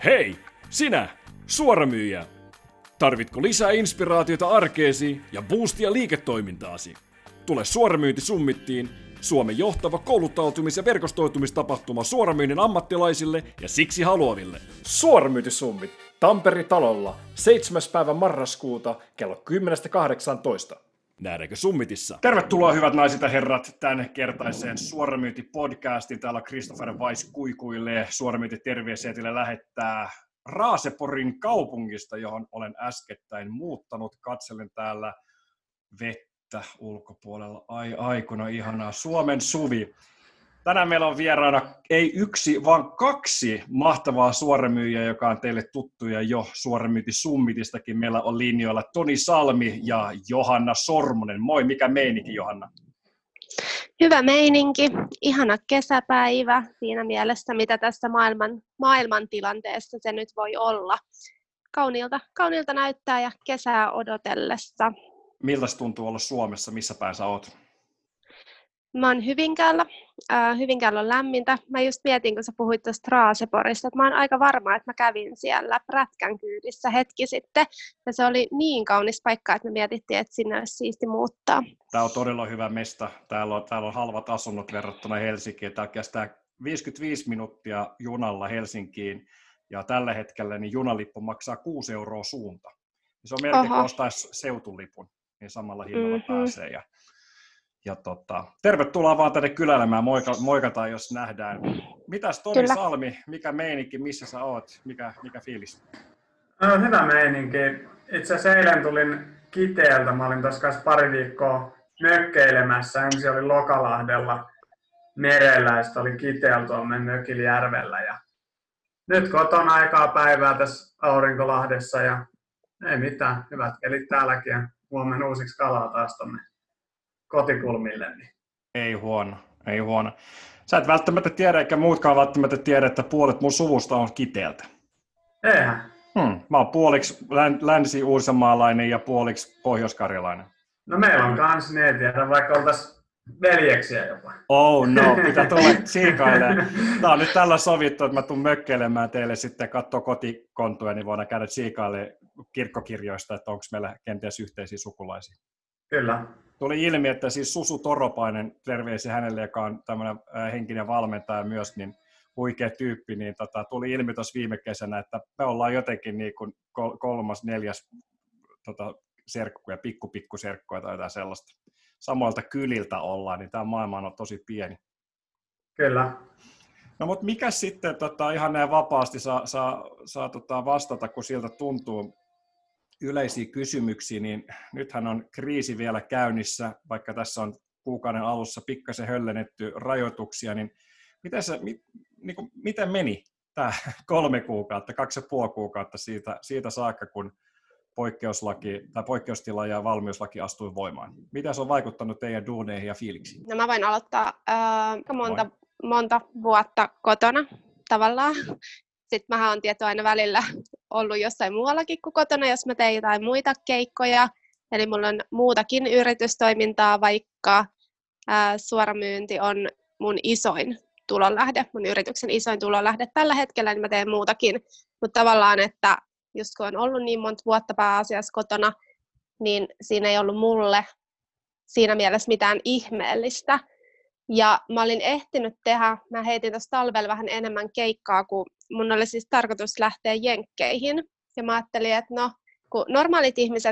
Hei, sinä, suoramyyjä! Tarvitko lisää inspiraatiota arkeesi ja boostia liiketoimintaasi? Tule Suoramyynti Summittiin, Suomen johtava kouluttautumis- ja verkostoitumistapahtuma suoramyynnin ammattilaisille ja siksi haluaville. Suoramyynti Summit, Tampere-talolla, 7. päivä marraskuuta kello 10.18. Nähdäänkö Summitissa? Tervetuloa hyvät naiset ja herrat tämän kertaiseen Suoramyynti-podcastiin. Täällä Christopher Weiss kuikuilee. Suoramyynti terveisiä teille lähettää Raaseporin kaupungista, johon olen äskettäin muuttanut. Katselen täällä vettä ulkopuolella. Ai aikuna ihanaa. Suomen suvi. Tänään meillä on vieraana ei yksi, vaan kaksi mahtavaa suoramyyjää, joka on teille tuttuja jo Suoramyynti Summitistakin. Meillä on linjoilla Toni Salmi ja Johanna Sormunen. Moi, mikä meininki, Johanna? Hyvä meininki, ihana kesäpäivä siinä mielessä, mitä tässä maailman tilanteessa se nyt voi olla. Kauniilta näyttää ja kesää odotellessa. Miltä tuntuu olla Suomessa? Missä päin sä oot? Mä oon Hyvinkäällä. Hyvinkäällä on lämmintä. Mä just mietin, kun sä puhuit tuosta Raaseporista, että mä oon aika varma, että mä kävin siellä prätkän kyydissä hetki sitten. Ja se oli niin kaunis paikka, että me mietittiin, että sinne olisi siisti muuttaa. Tää on todella hyvä mesta. Täällä on halvat asunnot verrattuna Helsinkiin. Tää kestää 55 minuuttia junalla Helsinkiin. Ja tällä hetkellä niin junalippu maksaa 6 euroa suunta. Se on melkein kuin ostaisi seutulipun, niin samalla hinnalla pääsee. Ja tervetuloa vaan tänne kyläilemään, moikataan jos nähdään. Mitäs Toni Salmi, mikä meininki, missä sä oot, mikä fiilis? No, hyvä meininki. Itse asiassa eilen tulin Kiteeltä, mä olin tuossa kanssa pari viikkoa mökkeilemässä. Ensin oli Lokalahdella merellä ja sitten oli Kiteellä tuolla meidän Mökiljärvellä. Ja nyt kotona aikaa päivää tässä Aurinkolahdessa ja ei mitään, hyvät kelit täälläkin ja huomenna uusiksi kalaa taas tonne kotikulmille. Niin. Ei huono. Sä et välttämättä tiedä, eikä muutkaan välttämättä tiedä, että puolet mun suvusta on Kiteeltä. Eihän. Mä oon puoliksi länsi-uusamaalainen ja puoliksi pohjois-karjalainen. No meillä on kans, niin ei tiedä, vaikka oltais veljeksiä jopa. Oh no, pitää tulla siikailemaan. Tää on nyt tällä sovittu, että mä tuun mökkeilemään teille sitten katsoo kotikontuja, niin voidaan käydä siikailemaan kirkkokirjoista, että onko meillä kenties yhteisiä sukulaisia. Kyllä. Tuli ilmi, että siis Susu Toropainen, terveisiä hänelle, joka on tämmöinen henkinen valmentaja myös, niin huikea tyyppi, niin tuli ilmi tuossa viime kesänä, että me ollaan jotenkin niin kuin 3., 4. serkkuja, pikkuserkkuja tai jotain sellaista. Samoilta kyliltä ollaan, niin tämä maailma on tosi pieni. Kyllä. No mutta mikä sitten ihan näin vapaasti saa vastata, kun siltä tuntuu yleisiä kysymyksiä, niin nythän on kriisi vielä käynnissä, vaikka tässä on kuukauden alussa pikkasen höllennetty rajoituksia, niin miten meni tämä 3 kuukautta, 2,5 kuukautta siitä saakka, kun poikkeustila ja valmiuslaki astui voimaan? Miten se on vaikuttanut teidän duuneihin ja fiiliksiin? No mä voin aloittaa monta vuotta kotona tavallaan. Sitten mä oon aina välillä ollut jossain muuallakin kuin kotona, jos mä teen jotain muita keikkoja. Eli mulla on muutakin yritystoimintaa, vaikka suoramyynti on mun isoin tulonlähde, mun yrityksen isoin tulonlähde tällä hetkellä, niin mä teen muutakin. Mutta tavallaan, että just kun on ollut niin monta vuotta pääasiassa kotona, niin siinä ei ollut mulle siinä mielessä mitään ihmeellistä. Ja mä olin ehtinyt mä heitin tuossa talvella vähän enemmän keikkaa, kun mun oli siis tarkoitus lähteä jenkkeihin. Ja mä ajattelin, että kun normaalit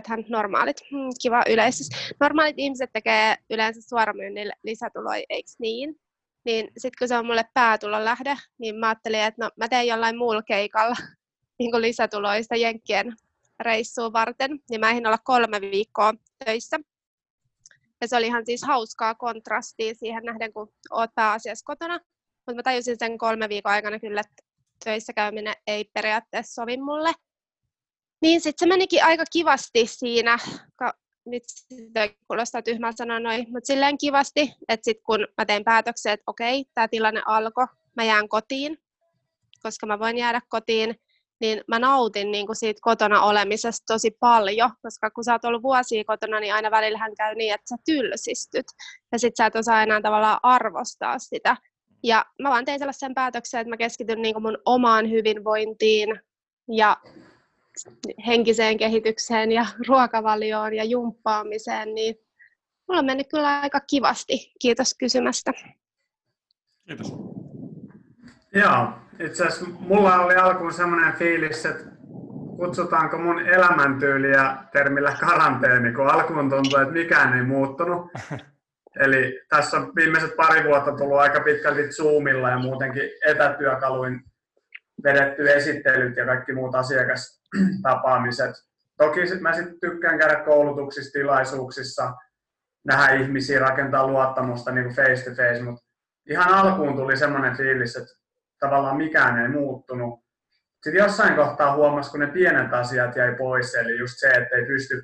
ihmiset tekee yleensä suoramyynnillä lisätuloja, eikö niin? Niin sit kun se on mulle päätulon lähde, niin mä ajattelin, että mä teen jollain muulla keikalla niin kuin lisätuloista jenkkien reissuun varten. Niin mä ehdin olla 3 viikkoa töissä. Ja se oli ihan siis hauskaa kontrastia siihen nähden, kun oot pääasiassa kotona. Mutta mä tajusin sen 3 viikon aikana kyllä, että töissä käyminen ei periaatteessa sovi mulle. Niin sitten se menikin aika kivasti siinä, nyt kuulostaa tyhmältä sanoa noin, mutta silleen kivasti, että sitten kun mä tein päätöksen, että okei, tämä tilanne alkoi, mä jään kotiin, koska mä voin jäädä kotiin, niin mä nautin niin kuin siitä kotona olemisesta tosi paljon, koska kun sä oot ollut vuosia kotona, niin aina välillähän käy niin, että sä tylsistyt, ja sit sä et osaa enää tavallaan arvostaa sitä. Ja mä vaan tein sellaisen päätöksen, että mä keskityn niin kuin mun omaan hyvinvointiin ja henkiseen kehitykseen ja ruokavalioon ja jumppaamiseen, niin mulla on mennyt kyllä aika kivasti. Kiitos kysymästä. Kiitos. Joo, itse asiassa mulla oli alkuun semmoinen fiilis, että kutsutaanko mun elämäntyyliä termillä karanteeni, kun alkuun tuntui, että mikään ei muuttunut. Eli tässä on viimeiset pari vuotta tullut aika pitkälti Zoomilla ja muutenkin etätyökaluin vedetty esittelyt ja kaikki muut asiakastapaamiset. Toki mä sitten tykkään käydä koulutuksissa, tilaisuuksissa, nähdä ihmisiä, rakentaa luottamusta niin kuin face to face, mutta ihan alkuun tuli semmoinen fiilis, että tavallaan mikään ei muuttunut. Sitten jossain kohtaa huomasi, kun ne pienet asiat jäi pois, eli just se, että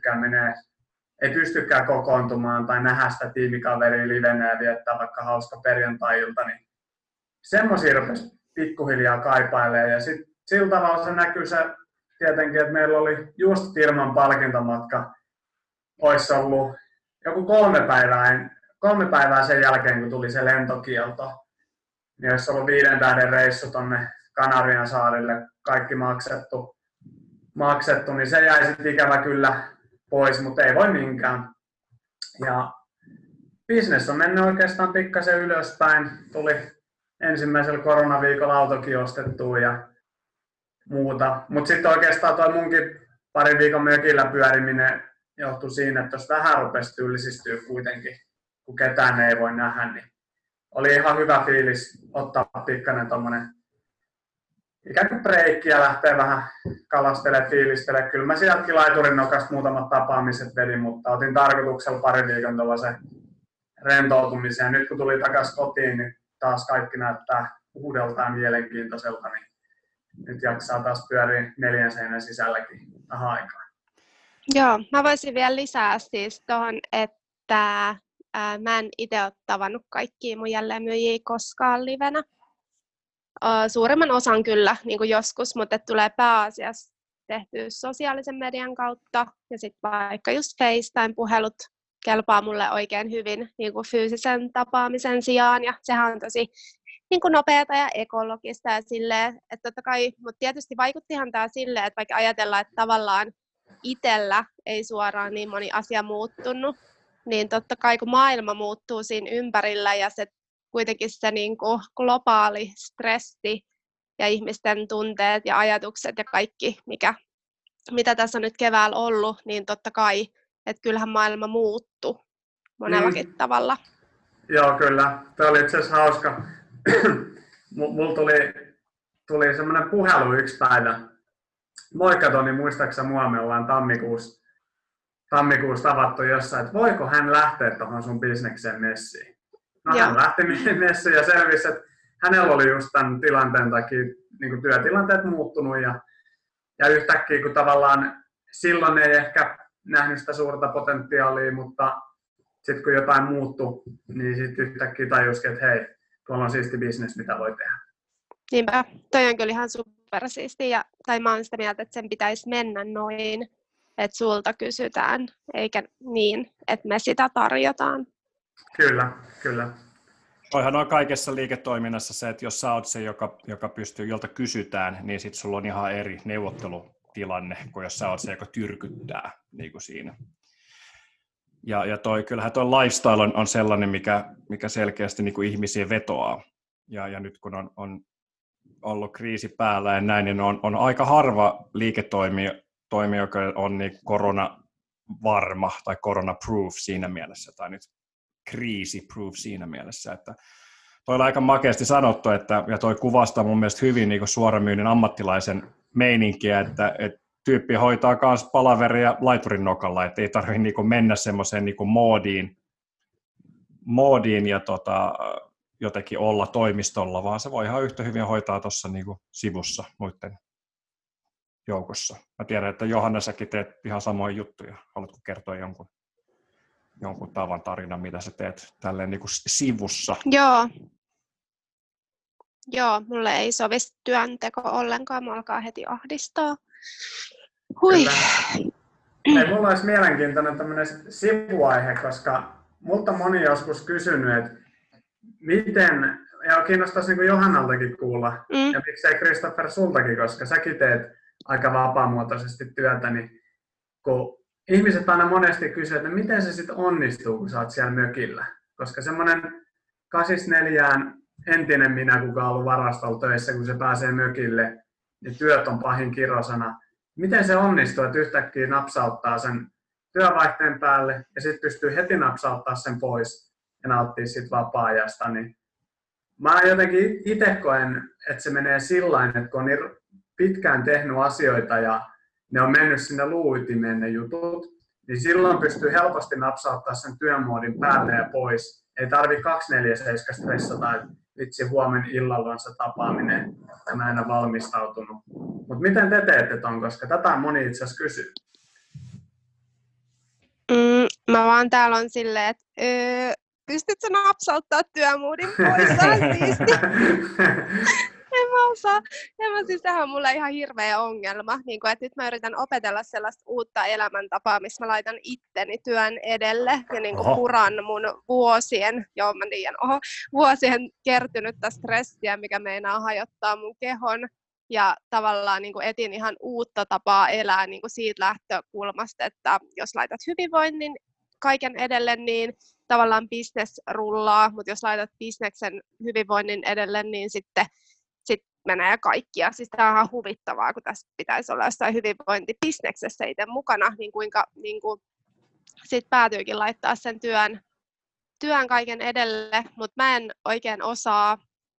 ei pystykään kokoontumaan tai nähdä sitä tiimikaveria livenä ja viettää vaikka hauska perjantai-ilta, niin semmoisia rupesi pikkuhiljaa kaipailemaan. Ja sitten sillä tavalla se näkyy se tietenkin, että meillä oli just firman palkintomatka, olisi ollut joku 3 päivää sen jälkeen, kun tuli se lentokielto. Niin olisi ollut 5 tähden reissu tonne Kanarian saarille, kaikki maksettu, niin se jäi sitten ikävä kyllä pois, mutta ei voi minkään. Ja business on mennyt oikeastaan pikkasen ylöspäin. Tuli ensimmäisellä koronaviikolla autokin ostettua ja muuta. Mutta sitten oikeastaan toi munkin parin viikon mökillä pyöriminen johtui siinä, että jos vähän rupesi tyylisistyä kuitenkin, kun ketään ei voi nähdä, niin oli ihan hyvä fiilis ottaa pikkainen tommonen ikään kuin breikki ja lähteä vähän kalastelemaan, fiilistelemaan. Kyllä mä sieltäkin laiturin nokasta muutamat tapaamiset vedin, mutta otin tarkoituksella pari viikon tuollaisen rentoutumisen. Ja nyt kun tuli takaisin kotiin, niin taas kaikki näyttää uudelta ja mielenkiintoiselta. Niin nyt jaksaa taas pyöriä 4 seinän sisälläkin vähän aikaa. Joo, mä voisin vielä lisää siis tuohon, että mä en itse ole tavannut kaikkia mun jälleenmyyjiä koskaan livenä. Suurimman osan kyllä niin kuin joskus, mutta tulee pääasiassa tehtyä sosiaalisen median kautta ja sitten vaikka just FaceTime-puhelut kelpaa mulle oikein hyvin niin kuin fyysisen tapaamisen sijaan ja sehän on tosi niin kuin nopeata ja ekologista ja silleen, että totta kai, mutta tietysti vaikuttihan tämä silleen, että vaikka ajatellaan, että tavallaan itsellä ei suoraan niin moni asia muuttunut, niin totta kai kun maailma muuttuu siinä ympärillä ja se kuitenkin se niin kuin globaali stressi ja ihmisten tunteet ja ajatukset ja kaikki, mitä tässä on nyt keväällä ollut, niin totta kai, että kyllähän maailma muuttui monellakin tavalla. Joo, kyllä. Tämä oli itse asiassa hauska. Mulla tuli semmoinen puhelu yksi päivä. Moikka Toni, muistaaksä mua, me ollaan tammikuussa tavattu jossain, että voiko hän lähteä tuohon sun bisnekseen messiin? No hän lähti messiin ja selvisi, että hänellä oli just tämän tilanteen takia niin kuin työtilanteet muuttunut ja yhtäkkiä kun tavallaan silloin ei ehkä nähnyt sitä suurta potentiaalia, mutta sitten kun jotain muuttui, niin sitten yhtäkkiä tajusikin, että hei, tuolla on siisti bisnes, mitä voi tehdä. Niinpä, toi on kyllä ihan supersiistiä, tai mä oon sitä mieltä, että sen pitäisi mennä noin, että sulta kysytään, eikä niin, että me sitä tarjotaan. Kyllä, kyllä. Toihan on kaikessa liiketoiminnassa se, että jos sä oot se, joka pystyy, jolta kysytään, niin sit sulla on ihan eri neuvottelutilanne, kuin jos sä oot se, joka tyrkyttää niin kuin siinä. Ja kyllähän tuo lifestyle on sellainen, mikä selkeästi niin kuin ihmisiä vetoaa. Ja nyt kun on ollut kriisi päällä ja näin, niin on aika harva liiketoimija, joka on niin koronavarma tai korona-proof siinä mielessä, tai nyt kriisi-proof siinä mielessä, että toi on aika makeasti sanottu, ja toi kuvastaa mun mielestä hyvin niin kuin suoramyynnin ammattilaisen meininkiä, että tyyppi hoitaa myös palaveria laiturin nokalla, että ei tarvitse niin kuin mennä semmoiseen niin kuin moodiin ja jotenkin olla toimistolla, vaan se voi ihan yhtä hyvin hoitaa tuossa niin kuin sivussa muiden joukossa. Mä tiedän, että Johanna, säkin teet ihan samoja juttuja. Haluatko kertoa jonkun tavan tarinan, mitä sä teet tälleen niin kuin sivussa? Joo, mulle ei sovi työnteko ollenkaan, mä alkaa heti ahdistaa. Hui. Ei, mulla olisi mielenkiintoinen tämmöinen sivuaihe, koska multa moni joskus kysynyt, että miten ja kiinnostaisi niin Johannaltakin kuulla, ja miksei Christopher sultakin, koska säkin teet aika vapaamuotoisesti työtä, niin kun ihmiset aina monesti kysyy, että miten se sitten onnistuu, kun sä oot siellä mökillä, koska semmoinen 84 entinen minä, kuka on ollut varastolla töissä, kun se pääsee mökille, niin työt on pahin kirosana. Miten se onnistuu, että yhtäkkiä napsauttaa sen työvaihteen päälle ja sitten pystyy heti napsauttaa sen pois ja nauttia siitä vapaa-ajasta. Niin mä jotenkin itse koen, että se menee sillain, että kun on niin pitkään tehnyt asioita ja ne on mennyt sinne luuytimeen ne jutut, niin silloin pystyy helposti napsauttaa sen työmuodin päälle ja pois. Ei tarvi 247 stressata, että vitsi huomenna illalla on se tapaaminen ja mä en ole valmistautunut. Mutta miten te teette ton, koska tätä moni itse asiassa kysyy? Mä vaan täällä on silleen, että pystytkö napsauttaa työmuodin pois? En mä osaa. Siis tähän on mulle ihan hirveä ongelma. Niin kun, että nyt mä yritän opetella sellaista uutta elämäntapaa, missä mä laitan itteni työn edelle ja niin kun puran mun vuosien kertynyttä stressiä, mikä meinaa hajottaa mun kehon. Ja tavallaan niin kun etin ihan uutta tapaa elää niin kun siitä lähtökulmasta, että jos laitat hyvinvoinnin kaiken edelle, niin tavallaan business rullaa, mutta jos laitat bisneksen hyvinvoinnin edelle, niin sitten menee kaikkia. Siis tämä on ihan huvittavaa, kun tässä pitäisi olla jossain hyvinvointibisneksessä itse mukana, niin kuinka niin kuin sit päätyykin laittaa sen työn kaiken edelle, mutta mä en oikein osaa,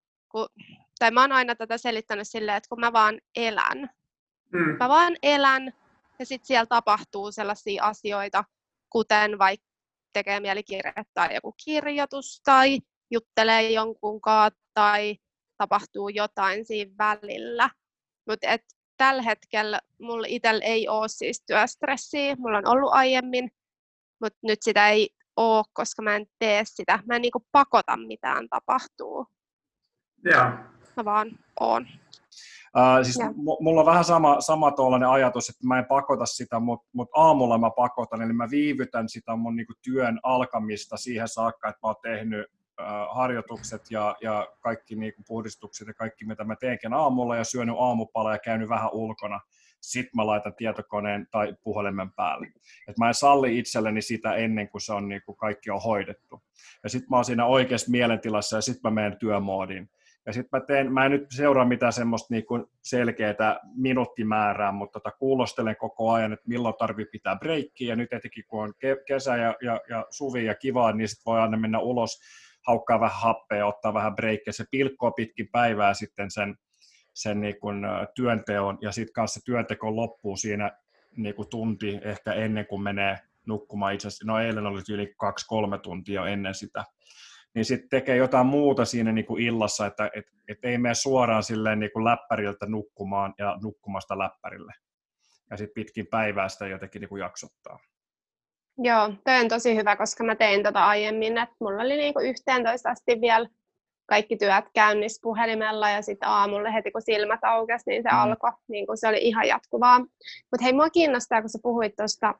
tai mä oon aina tätä selittänyt silleen, että kun mä vaan elän. Mä vaan elän, ja sitten siellä tapahtuu sellaisia asioita, kuten vaikka tekee mieli kirjoittaa joku kirjoitus, tai juttelee jonkun kanssa, tai tapahtuu jotain siinä välillä. Mutta tällä hetkellä mulla itsellä ei ole siis työstressiä. Mulla on ollut aiemmin, mutta nyt sitä ei ole, koska mä en tee sitä. Mä en niinku pakota mitään tapahtuu. Joo. Mä vaan oon. Siis mulla on vähän sama tuollainen ajatus, että mä en pakota sitä, mutta aamulla mä pakotan, eli mä viivytän sitä mun niinku työn alkamista siihen saakka, että mä oon tehnyt harjoitukset ja kaikki niinku puhdistukset ja kaikki, mitä mä teenkin aamulla ja syönyt aamupalaa ja käynyt vähän ulkona. Sitten mä laitan tietokoneen tai puhelimen päälle. Et mä en salli itselleni sitä ennen kuin se on niinku kaikki on hoidettu. Ja sitten mä oon siinä oikeassa mielentilassa ja sitten mä menen työmoodiin. Ja sitten mä en nyt seuraa mitään semmoista niinku selkeää minuuttimäärää, mutta kuulostelen koko ajan, että milloin tarvii pitää breikkiä. Ja nyt etenkin kun on kesä ja suvi ja kivaa, niin sitten voi aina mennä ulos, haukkaa vähän happea ja ottaa vähän breikkiä. Se pilkkoo pitkin päivää sitten sen niinku työnteon ja sitten kanssa se työnteko loppuu siinä niinku tunti ehkä ennen kuin menee nukkumaan. Itse asiassa, eilen oli yli 2-3 tuntia ennen sitä. Niin sitten tekee jotain muuta siinä niin kuin illassa, että ei mene suoraan silleen niin kuin läppäriltä nukkumaan ja nukkumasta läppärille. Ja sitten pitkin päivää sitä jotenkin niin kuin jaksottaa. Joo, toi on tosi hyvä, koska mä tein tota aiemmin, että mulla oli niin kuin 11 asti vielä kaikki työt käynnissä puhelimella ja sitten aamulla heti kun silmät aukesi, niin se alkoi, niin kuin se oli ihan jatkuvaa. Mutta hei, mua kiinnostaa, kun sä puhuit tuosta,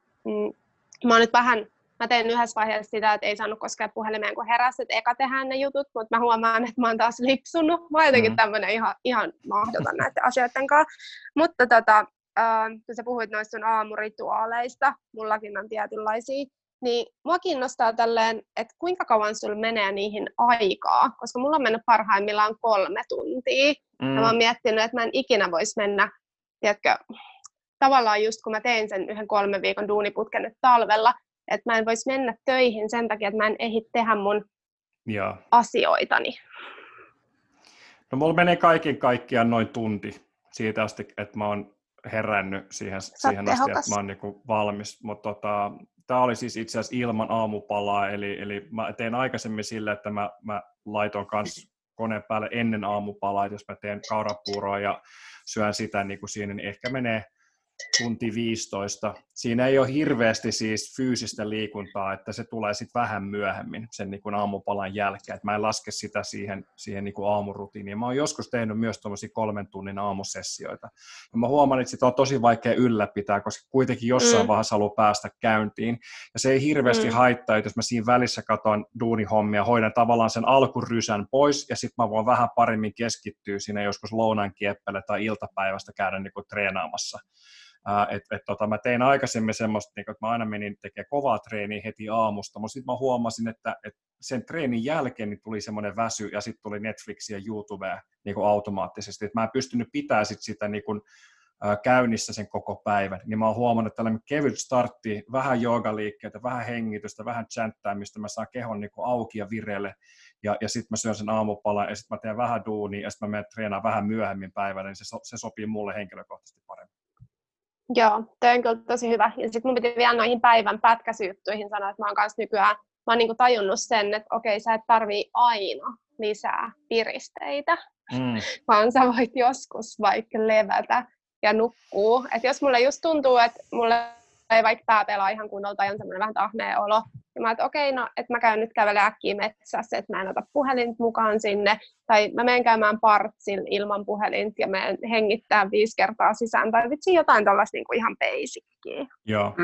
mä tein yhdessä vaiheessa sitä, että ei saanut koskea puhelimeen, kun heräsi, että eka tehdään ne jutut, mutta mä huomaan, että mä oon taas lipsunut. Mä oon jotenkin tämmönen ihan mahdoton näiden asioiden kanssa. Mutta kun sä puhuit noista sun aamurituaaleista, mullakin on tietynlaisia, niin mua kiinnostaa tälleen, että kuinka kauan sulla menee niihin aikaa, koska mulla on mennyt parhaimmillaan 3 tuntia. Ja mä oon miettinyt, että mä en ikinä vois mennä, tiedätkö, tavallaan just kun mä tein sen yhden 3 viikon duuniputken nyt talvella, että mä en vois mennä töihin sen takia, että mä en ehdi tehdä mun asioitani. No mulla menee kaiken kaikkiaan noin tunti siitä asti, että mä oon herännyt siihen asti, että mä oon niinku valmis. Mutta tää oli siis itse asiassa ilman aamupalaa, eli mä tein aikaisemmin sillä, että mä laitoin kans koneen päälle ennen aamupalaa, että jos mä teen kaurapuuroa ja syön sitä niin kuin siinä, niin ehkä menee tunti 15. Siinä ei ole hirveästi siis fyysistä liikuntaa, että se tulee sitten vähän myöhemmin sen niin kuin aamupalan jälkeen. Et mä en laske sitä siihen niin kuin aamurutiiniin. Mä oon joskus tehnyt myös tuommoisia 3 tunnin aamusessioita. Ja mä huomaan, että sitä on tosi vaikea ylläpitää, koska kuitenkin jossain vaiheessa haluaa päästä käyntiin. Ja se ei hirveästi haittaa, että jos mä siinä välissä katson duunihommia, hoidan tavallaan sen alkurysän pois, ja sitten mä voin vähän paremmin keskittyä siinä joskus lounan kieppelle tai iltapäivästä käydä niin kuin treenaamassa. Mä tein aikaisemmin semmoista, että mä aina menin tekemään kovaa treeniä heti aamusta, mutta sitten mä huomasin, että sen treenin jälkeen niin tuli semmoinen väsy, ja sitten tuli Netflixiä ja YouTubea niin kuin automaattisesti, että mä en pystynyt pitämään sitä niin kuin käynnissä sen koko päivän, niin mä oon huomannut, että tällainen kevyt startti, vähän joogaliikkeitä, vähän hengitystä, vähän chanttaamista, mä saan kehon niin kuin auki ja vireelle, ja sitten mä syön sen aamupalan, ja sitten mä teen vähän duunia, ja sitten mä menen treenaamaan vähän myöhemmin päivällä, niin se sopii mulle henkilökohtaisesti paremmin. Joo, toi on kyllä tosi hyvä. Ja sitten mun piti vielä noihin päivän pätkäsyyttöihin sanoa, että mä oon kanssa nykyään niinku tajunnut sen, että okei, sä et tarvii aina lisää piristeitä, vaan sä voit joskus vaikka levätä ja nukkuu. Et jos mulle just tuntuu, että mulle ei vaikka pää pelaa ihan kunnolla tai on semmoinen vähän tahmea olo, ja mä että okei, no, että mä käyn nyt kävelemään äkkiä metsässä, että mä en ota puhelinta mukaan sinne, tai mä menen käymään partsilla ilman puhelinta ja menen hengittää 5 kertaa sisään, tai vitsi jotain tällaista niin kuin ihan basickiä. Joo.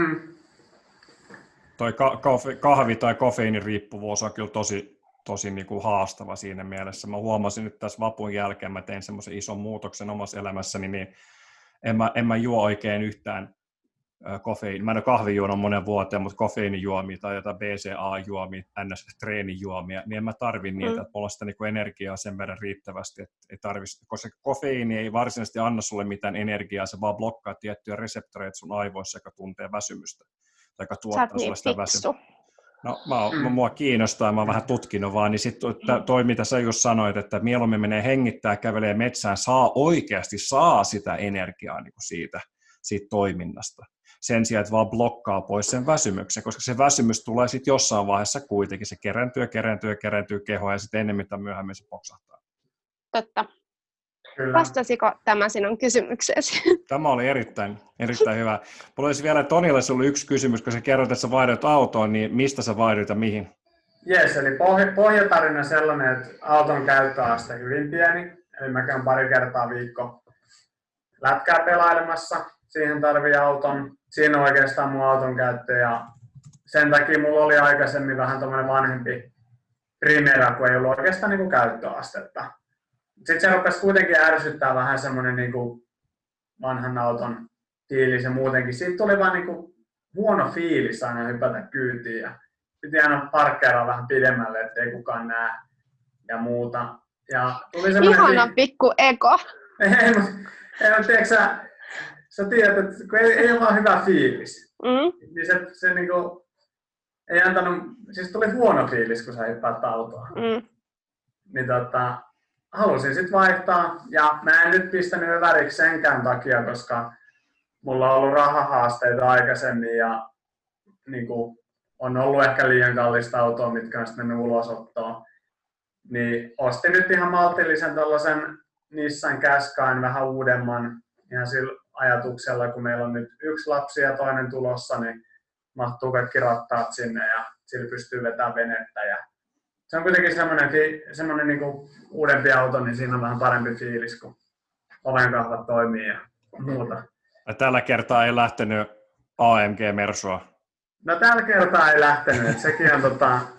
Toi kahvi- tai kofeiiniriippuvuus on kyllä tosi niin kuin haastava siinä mielessä. Mä huomasin nyt tässä vapun jälkeen, mä tein semmoisen ison muutoksen omassa elämässäni, niin en mä juo oikein yhtään kofeiini. Mä en ole kahvijuonut monen vuoteen, mutta kofeiinijuomia tai jotain BCA-juomia, NS-treenijuomia, niin en mä tarvi niitä, että mulla on sitä niin energiaa sen verran riittävästi, että ei tarvitse, koska kofeiini ei varsinaisesti anna sulle mitään energiaa, se vaan blokkaa tiettyjä reseptoreita sun aivoissa, joka tuntee väsymystä, tai joka tuottaa sulle sitä väsymystä. No, mua kiinnostaa, mä oon vähän tutkinut vaan, niin sitten toi, mitä sä just sanoit, että mieluummin menee hengittää, kävelee metsään, oikeasti saa sitä energiaa niin kuin siitä toiminnasta. Sen sijaan, että vaan blokkaa pois sen väsymyksen, koska se väsymys tulee sitten jossain vaiheessa kuitenkin, se kerääntyy kehoon ja sitten enemmän tai myöhemmin se poksahtaa. Totta. Kyllä. Vastasiko tämä sinun kysymykseesi? Tämä oli erittäin hyvä. Mulla olisi vielä Tonille sinulle yksi kysymys, kun sä kerroit, että sä vaihdot autoon, niin mistä sä vaihdot ja mihin? Jes, eli pohjatarina sellainen, että auton käyttöaste on hyvin pieni, eli mä käyn pari kertaa viikko lätkää pelailemassa, siihen tarvii auton, siinä on oikeastaan mun auton käyttö, ja sen takia mulla oli aikaisemmin vähän tommoinen vanhempi Primera, kun ei ollut oikeastaan niin kuin käyttöastetta. Sitten se rupesi kuitenkin ärsyttää vähän semmoinen niin kuin vanhan auton fiilis ja muutenkin. Siitä tuli vaan niin kuin huono fiilis aina hypätä kyytiin ja piti aina parkkeeraa vähän pidemmälle, ettei kukaan näe ja muuta. Ja tuli ihana pikku ego. Ei, mutta tiedätkö sä tiedät, että kun ei ole vaan hyvä fiilis, niin se niin kuin, ei antanut, siis tuli huono fiilis, kun sä hyppäät autoon. Niin halusin sitten vaihtaa, ja mä en nyt pistänyt väriksi senkään takia, koska mulla on ollut rahahaasteita aikaisemmin, ja niin kuin, on ollut ehkä liian kallista autoa, mitkä on sitten mennyt ulosottoon. Niin ostin nyt ihan maltillisen tällaisen Nissan Qashqain, vähän uudemman, ihan sillä ajatuksella, kun meillä on nyt 1 lapsi ja toinen tulossa, niin mahtuu kaikki rattaat sinne, ja sillä pystyy vetämään venettä. Ja se on kuitenkin semmoinen niin kuin uudempi auto, niin siinä on vähän parempi fiilis, kun ovenkahvat toimii ja muuta. Ja tällä kertaa ei lähtenyt AMG-mersua? No tällä kertaa ei lähtenyt, että sekin on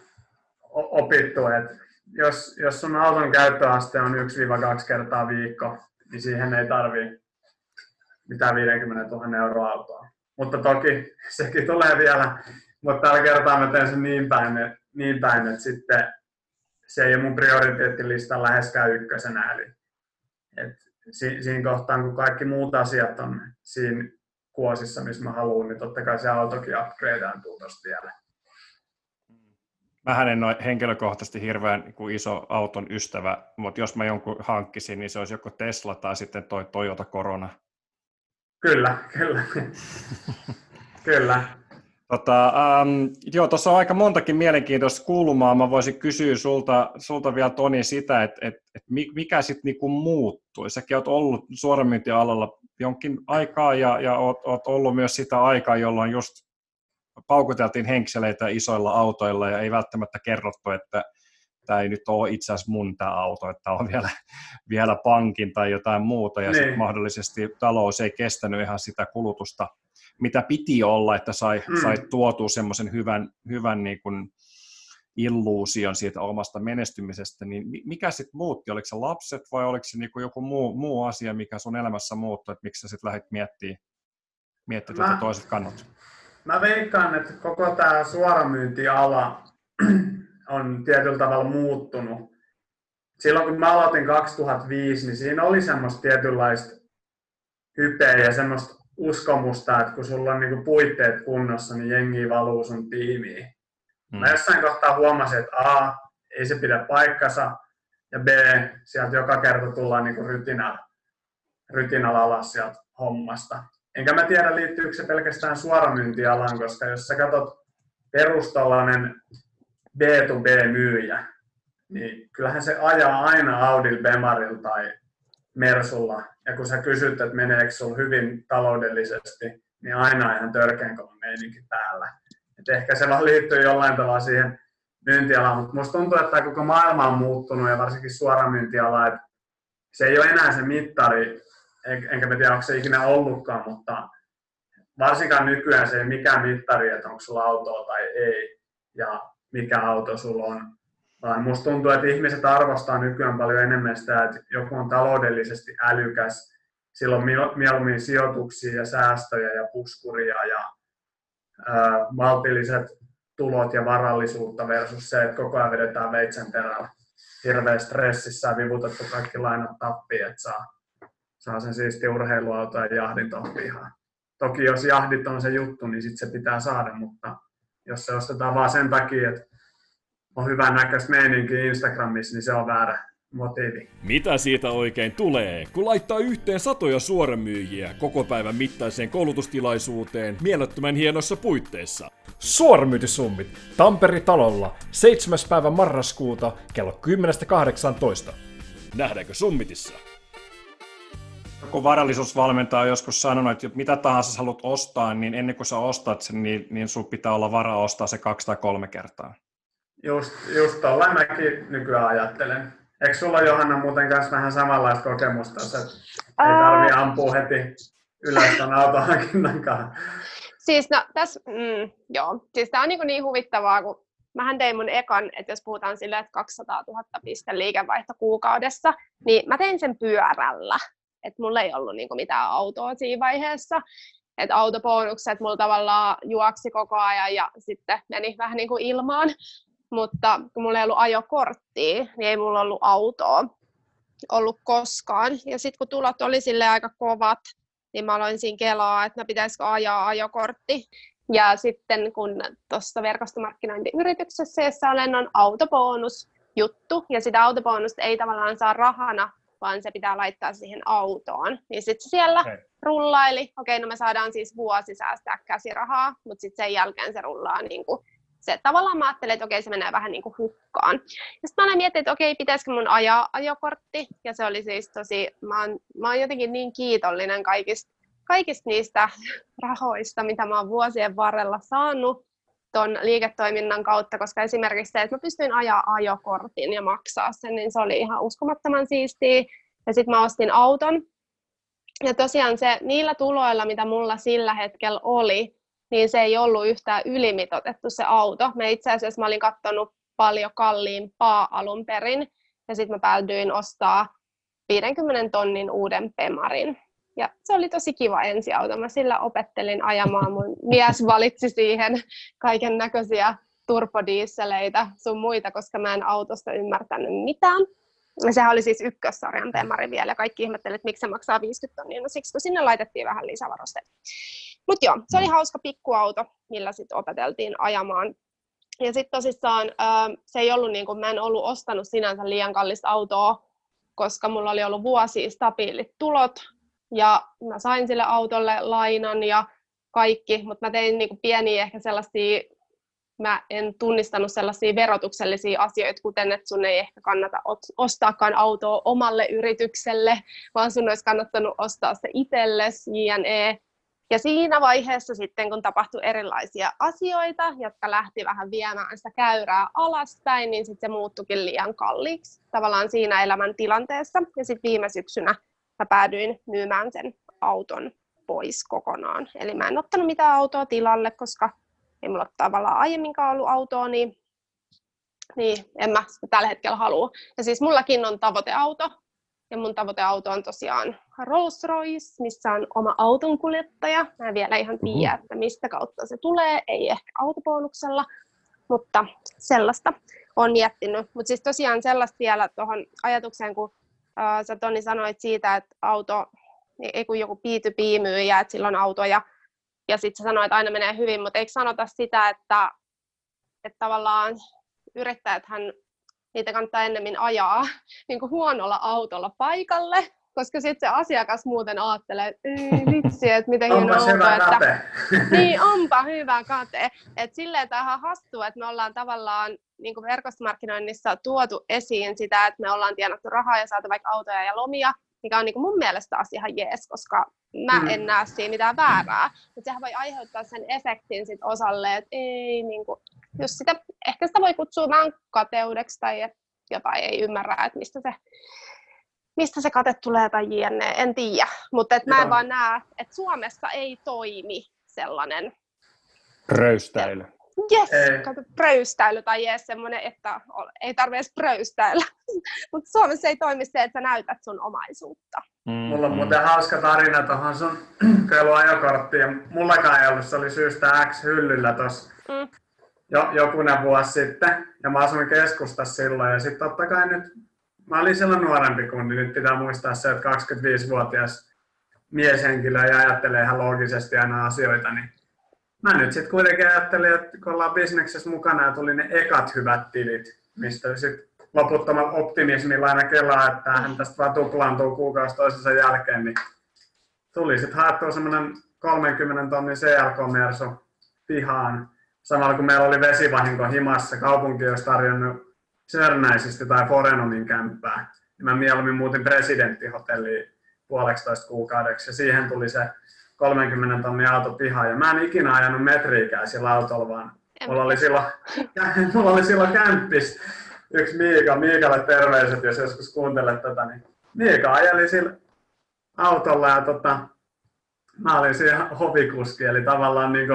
opittu, että jos sun auton käyttöaste on 1-2 kertaa viikko, niin siihen ei tarvii mitään 50 000 euroa autoa. Mutta toki sekin tulee vielä, mutta tällä kertaa mä teen sen niin päin, että sitten se ei ole mun prioriteettilista läheskään ykkösenä. Eli siinä kohtaan, kun kaikki muut asiat on siinä kuosissa, missä mä haluan, niin totta kai se autokin upgradeantuu tosta vielä. Mähän en ole henkilökohtaisesti hirveän iso auton ystävä, mutta jos mä jonkun hankkisin, niin se olisi joko Tesla tai sitten toi Toyota Corona. Kyllä. Kyllä. Joo, tuossa on aika montakin mielenkiintoista kulmaa. Mä voisin kysyä sulta vielä, Toni, sitä, että mikä sitten niinku muuttui. Säkin oot ollut suoramyyntialalla jonkin aikaa ja oot ollut myös sitä aikaa, jolloin just paukuteltiin henkseleitä isoilla autoilla ja ei välttämättä kerrottu, että tämä ei nyt ole itse asiassa mun tämä auto, että tämä on vielä pankin tai jotain muuta, ja sitten mahdollisesti talous ei kestänyt ihan sitä kulutusta, mitä piti olla, että sai tuotua semmoisen hyvän niin kuin illuusion siitä omasta menestymisestä, niin mikä sitten muutti? Oliko se lapset vai oliko se niin kuin joku muu asia, mikä sun elämässä muuttui, että miksi sä sitten lähdit miettimään toiset kannat? Mä veikkaan, että koko tämä suoramyyntiala on tietyllä tavalla muuttunut. Silloin kun mä aloitin 2005, niin siinä oli semmoista tietynlaista hypeä ja semmoista uskomusta, että kun sulla on niinku puitteet kunnossa, niin jengi valuu sun tiimiin. Mä jossain kohtaa huomasin, että A, ei se pidä paikkansa, ja B, sieltä joka kerta tullaan niinku rytinällä alas sieltä hommasta. Enkä mä tiedä, liittyykö se pelkästään suoramyyntialaan, koska jos sä katsot perustollainen B2B-myyjä, niin kyllähän se ajaa aina Audilla, Bemarilla tai Mersulla. Ja kun sä kysyt, että meneekö sulla hyvin taloudellisesti, niin aina ihan törkeän kova meininki päällä. Et ehkä se vaan liittyy jollain tavalla siihen myyntialaan, mutta musta tuntuu, että tämä koko maailma on muuttunut ja varsinkin suoramyyntiala, että se ei ole enää se mittari, enkä mä tiedä, onko se ikinä ollutkaan, mutta varsinkaan nykyään se ei mikään mittari, että onko sulla autoa tai ei ja mikä auto sulla on. Vaan musta tuntuu, että ihmiset arvostaa nykyään paljon enemmän sitä, että joku on taloudellisesti älykäs, sillä on mieluummin sijoituksia ja säästöjä ja puskuria ja maltilliset tulot ja varallisuutta versus se, että koko ajan vedetään veitsen terällä hirveä stressissä ja vivutettu kaikki lainat tappiin, että saa sen siisti urheiluauto ja jahdin tuohon pihaan. Toki jos jahdit on se juttu, niin sit se pitää saada, mutta jos se ostetaan vaan sen takia, että on hyvän näköistä meininkiä Instagramissa, niin se on väärä motiivi. Mitä siitä oikein tulee, kun laittaa yhteen satoja suoramyyjiä koko päivän mittaiseen koulutustilaisuuteen mielettömän hienossa puitteissa? Suoramyyntisummit Tamperi-talolla 7. päivä marraskuuta kello 10-18. Nähdäänkö summitissa? Kun varallisuusvalmentaja on joskus sanonut, että mitä tahansa sä haluat ostaa, niin ennen kuin sä ostat sen, niin sun pitää olla varaa ostaa se 2 tai 3 kertaa. Just tollain mäkin nykyään ajattelen. Eikö sulla, Johanna, muuten kanssa vähän samanlaista kokemusta, että ei tarvitse ampua heti ylös ton autohankinnankaan? Siis no tässä, joo. Siis tää on niin huvittavaa, kun mähän tein mun ekan, että jos puhutaan silleen, että 200 000 pisteen liikevaihto kuukaudessa, niin mä tein sen pyörällä. Että mulla ei ollut niinku mitään autoa siinä vaiheessa. Että autobonukset mulla tavallaan juoksi koko ajan ja sitten meni vähän niin kuin ilmaan. Mutta kun mulla ei ollut ajokorttia, niin ei mulla ollut autoa ollut koskaan. Ja sitten kun tulot oli silleen aika kovat, niin mä aloin siinä kelaa, että pitäisikö ajaa ajokortti. Ja sitten kun tuossa verkostomarkkinointiyrityksessä, jossa olen, on autobonusjuttu, ja sitä autobonusta ei tavallaan saa rahana, vaan se pitää laittaa siihen autoon. Niin sitten se siellä rullaili. Okei, no me saadaan siis vuosi säästää käsirahaa, mutta sitten sen jälkeen se rullaa niin kuin se. Tavallaan mä ajattelin, että okei, se menee vähän niin kuin hukkaan. Ja sitten mä aloin miettiä, että okei, pitäisikö mun ajaa ajokortti. Ja se oli siis tosi, mä oon jotenkin niin kiitollinen kaikista niistä rahoista, mitä mä oon vuosien varrella saanut ton liiketoiminnan kautta, koska esimerkiksi se, että mä pystyin ajaa ajokortin ja maksaa sen, niin se oli ihan uskomattoman siistiä. Ja sitten mä ostin auton. Ja tosiaan se, niillä tuloilla, mitä mulla sillä hetkellä oli, niin se ei ollut yhtään ylimitoitettu se auto. Itse asiassa mä olin katsonut paljon kalliimpaa alun perin, ja sitten mä päädyin ostaa 50 tonnin uuden Bemarin. Ja se oli tosi kiva ensiauto. Mä sillä opettelin ajamaan. Mun mies valitsi siihen kaiken näköisiä turbodiisseleitä sun muita, koska mä en autosta ymmärtänyt mitään. Ja sehän oli siis ykkössarjan Bemari vielä. Kaikki ihmettelivät, että miksi se maksaa 50 tonnia. No siksi, kun sinne laitettiin vähän lisävarusteita. Mutta joo, se oli hauska pikkuauto, millä sitten opeteltiin ajamaan. Ja sitten tosissaan se ei ollut niin kuin, mä en ollut ostanut sinänsä liian kallista autoa, koska mulla oli ollut vuosia stabiilit tulot. Ja mä sain sille autolle lainan ja kaikki, mutta mä tein niin kuin pieniä ehkä sellaisia, mä en tunnistanut sellaisia verotuksellisia asioita, kuten että sun ei ehkä kannata ostaakaan autoa omalle yritykselle, vaan sun olisi kannattanut ostaa se itsellesi, jne. Ja siinä vaiheessa sitten, kun tapahtui erilaisia asioita, jotka lähti vähän viemään sitä käyrää alaspäin, niin sitten se muuttuikin liian kalliiksi tavallaan siinä elämän tilanteessa. Ja sitten viime syksynä mä päädyin myymään sen auton pois kokonaan. Eli mä en ottanut mitään autoa tilalle, koska ei mulla ole tavallaan aiemminkaan ollut autoa, niin en mä sitä tällä hetkellä halua. Ja siis mullakin on tavoiteauto. Ja mun tavoiteauto on tosiaan Rolls-Royce, missä on oma autonkuljettaja. Mä en vielä ihan tiedä, että mistä kautta se tulee, ei ehkä autobonuksella, mutta sellaista on miettinyt. Mutta siis tosiaan sellaista vielä tuohon ajatukseen, kun sä Toni sanoit siitä, että auto, ei kun joku B2B-myyjä, että sillä on auto ja sitten sä sanoit, että aina menee hyvin, mutta eikö sanota sitä, että tavallaan yrittäjäthän niitä kannattaa ennemmin ajaa niin kuin huonolla autolla paikalle, koska sitten se asiakas muuten ajattelee, että ei vitsi, että miten hieno auto. Että niin, onpa hyvä kate. Että silleen tämä on ihan hassua, että me ollaan tavallaan niin kuin verkostomarkkinoinnissa tuotu esiin sitä, että me ollaan tienattu rahaa ja saatu vaikka autoja ja lomia, mikä on niin kuin mun mielestä taas ihan jees, koska mä en näe siinä mitään väärää. Mutta sehän voi aiheuttaa sen efektin sit osalle, että ei niin kuin, jos sitä, ehkä sitä voi kutsua vaan kateudeksi tai että jotain ei ymmärrä, että mistä se kate tulee tai jne. En tiedä, mutta mä en vaan näe, että Suomessa ei toimi sellainen röystäily. Jes, kato, pröystäily tai jes semmoinen, että ei tarvitse edes pröystäillä. Mutta Suomessa ei toimi se, että sä näytät sun omaisuutta. Mulla on muuten hauska tarina tuohon sun ajokorttiin. Ja mullakaan ei ollut, se oli syystä X hyllyllä tuossa jokunen vuosi sitten. Ja mä asuin keskustassa silloin. Ja sitten totta kai nyt, mä olin silloin nuorempi kundi. Nyt pitää muistaa se, että 25-vuotias mieshenkilö ja ajattelee ihan loogisesti aina asioita. Niin mä nyt sitten kuitenkin ajattelin, että kun ollaan bisneksessä mukana ja tuli ne ekat hyvät tilit, mistä sitten loputtomalla optimismilla aina kelaa, että hän tästä vaan tuplaantuu kuukausi toisensa jälkeen, niin tuli sitten haettua semmoinen 30 tonnin CLK-mersu pihaan. Samalla kun meillä oli vesivahinko himassa, kaupunki olisi tarjonnut Sörnäisistä tai Forenomin kämppää. Ja mä mieluummin muutin presidenttihotelliin 1,5 kuukaudeksi ja siihen tuli se 30 tonnin auto pihaan. Ja mä en ikinä ajanut metriikään sillä autolla, vaan mulla oli silloin kämppis. Yksi Miikalle terveiset, jos joskus kuuntelet tätä, niin Miika ajeli sillä autolla ja mä olin siinä hovikuski, eli tavallaan niinku,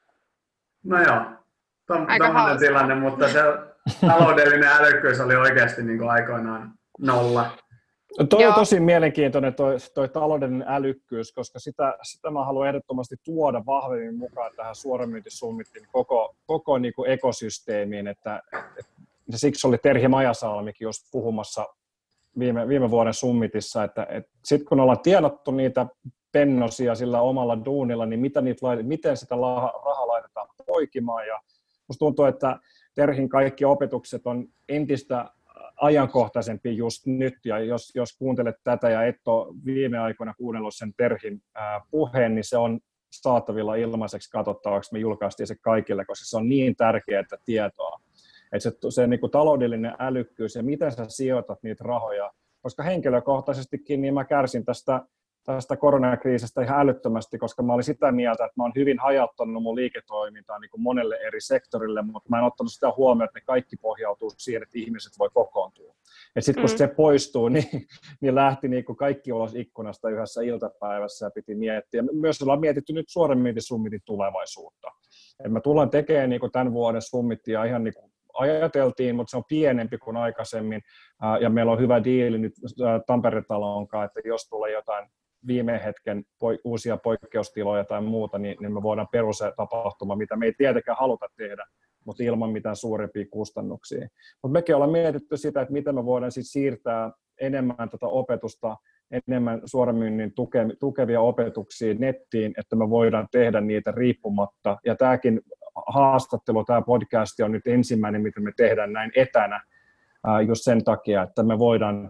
no joo, tommoinen tilanne, mutta se taloudellinen älykkyys oli oikeasti niinku aikoinaan nolla. Toi on tosi mielenkiintoinen toi taloudellinen älykkyys, koska sitä mä haluan ehdottomasti tuoda vahvemmin mukaan tähän suoramyyntisummittiin koko niinku ekosysteemiin, että siksi oli Terhi Majasalmikin just puhumassa viime vuoden summitissa, että sitten kun ollaan tienattu niitä pennosia sillä omalla duunilla, niin miten sitä rahaa laitetaan poikimaan. Ja musta tuntuu, että Terhin kaikki opetukset on entistä ajankohtaisempi just nyt, ja jos kuuntelet tätä ja et ole viime aikoina kuunnellut sen Terhin puheen, niin se on saatavilla ilmaiseksi katsottavaksi. Me julkaistiin se kaikille, koska se on niin tärkeää tietoa. Että se niin kuin taloudellinen älykkyys ja miten sä sijoitat niitä rahoja, koska henkilökohtaisestikin niin mä kärsin tästä koronakriisistä ihan älyttömästi, koska mä olin sitä mieltä, että mä oon hyvin hajauttanut mun liiketoimintaa niin kuin monelle eri sektorille, mutta mä en ottanut sitä huomioon, että ne kaikki pohjautuu siihen, että ihmiset voi kokoontua. Ja sitten kun se poistuu, niin lähti niin kuin kaikki ulos ikkunasta yhdessä iltapäivässä ja piti miettiä. Myös ollaan mietitty nyt suoramyyntisummitin tulevaisuutta. Et mä tulen tekemään niin kuin tämän vuoden summittia ihan niin kuin ajateltiin, mutta se on pienempi kuin aikaisemmin, ja meillä on hyvä diili nyt Tampere-talon kanssa, että jos tulee jotain viime hetken uusia poikkeustiloja tai muuta, niin me voidaan perustapahtumaan, mitä me ei tietenkään haluta tehdä, mutta ilman mitään suurempia kustannuksia. Mutta mekin ollaan mietitty sitä, että miten me voidaan siis siirtää enemmän tätä opetusta, enemmän suoramyynnin tukevia opetuksia nettiin, että me voidaan tehdä niitä riippumatta, ja tämäkin haastattelu, tämä podcast on nyt ensimmäinen, mitä me tehdään näin etänä, just sen takia, että me voidaan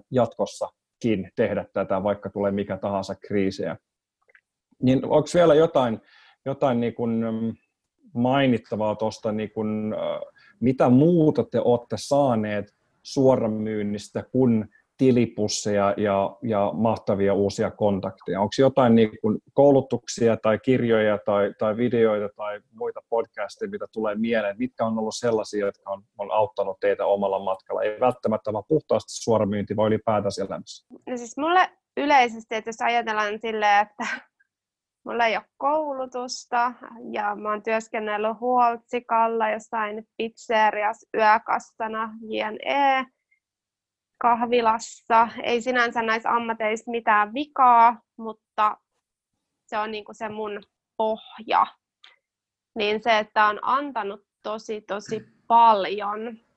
jatkossakin tehdä tätä, vaikka tulee mikä tahansa kriisejä. Niin onko vielä jotain jotain niin kuin mainittavaa tuosta, niin kuin, mitä muuta te olette saaneet suoramyynnistä kuin tilipusseja ja mahtavia uusia kontakteja? Onko jotain niin kuin koulutuksia tai kirjoja tai videoita tai muita podcasteja, mitä tulee mieleen? Mitkä on ollut sellaisia, jotka on auttanut teitä omalla matkalla? Ei välttämättä vaan puhtaasti suoramyynti, voi ylipäätään elämässä. No siis mulle yleisesti, että jos ajatellaan silleen, että mulla ei ole koulutusta ja mä oon työskennellyt huoltsikalla jossain pizzeriassa yökassana, jne. Kahvilassa. Ei sinänsä näissä ammateissa mitään vikaa, mutta se on niinku se mun pohja. Niin se, että on antanut tosi paljon.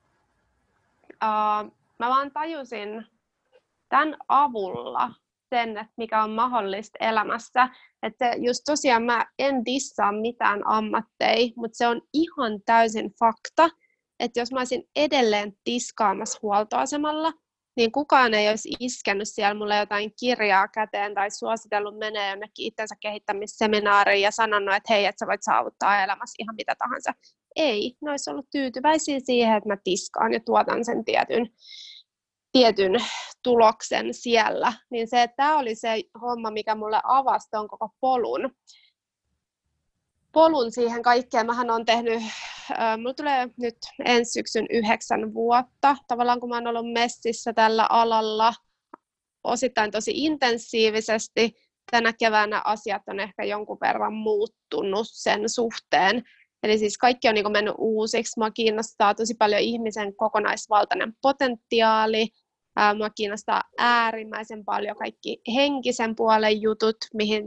Mä vaan tajusin tämän avulla sen, että mikä on mahdollista elämässä. Että just tosiaan mä en dissaa mitään ammatteja, mutta se on ihan täysin fakta, että jos mä olisin edelleen tiskaamassa huoltoasemalla, niin kukaan ei olisi iskenyt siellä mulle jotain kirjaa käteen tai suositellut menee jonnekin itsensä kehittämisseminaariin ja sanonut, että hei, että sä voit saavuttaa elämässä ihan mitä tahansa. Ei, ne olisi ollut tyytyväisiä siihen, että mä tiskaan ja tuotan sen tietyn tuloksen siellä. Niin se, että tämä oli se homma, mikä mulle avasi ton koko polun siihen kaikkeen. Mähän on tehnyt, mulla tulee nyt ensi syksyn 9 vuotta, tavallaan kun mä oon ollut messissä tällä alalla osittain tosi intensiivisesti. Tänä keväänä asiat on ehkä jonkun verran muuttunut sen suhteen. Eli siis kaikki on niin kuin mennyt uusiksi. Mua kiinnostaa tosi paljon ihmisen kokonaisvaltainen potentiaali. Mua kiinnostaa äärimmäisen paljon kaikki henkisen puolen jutut,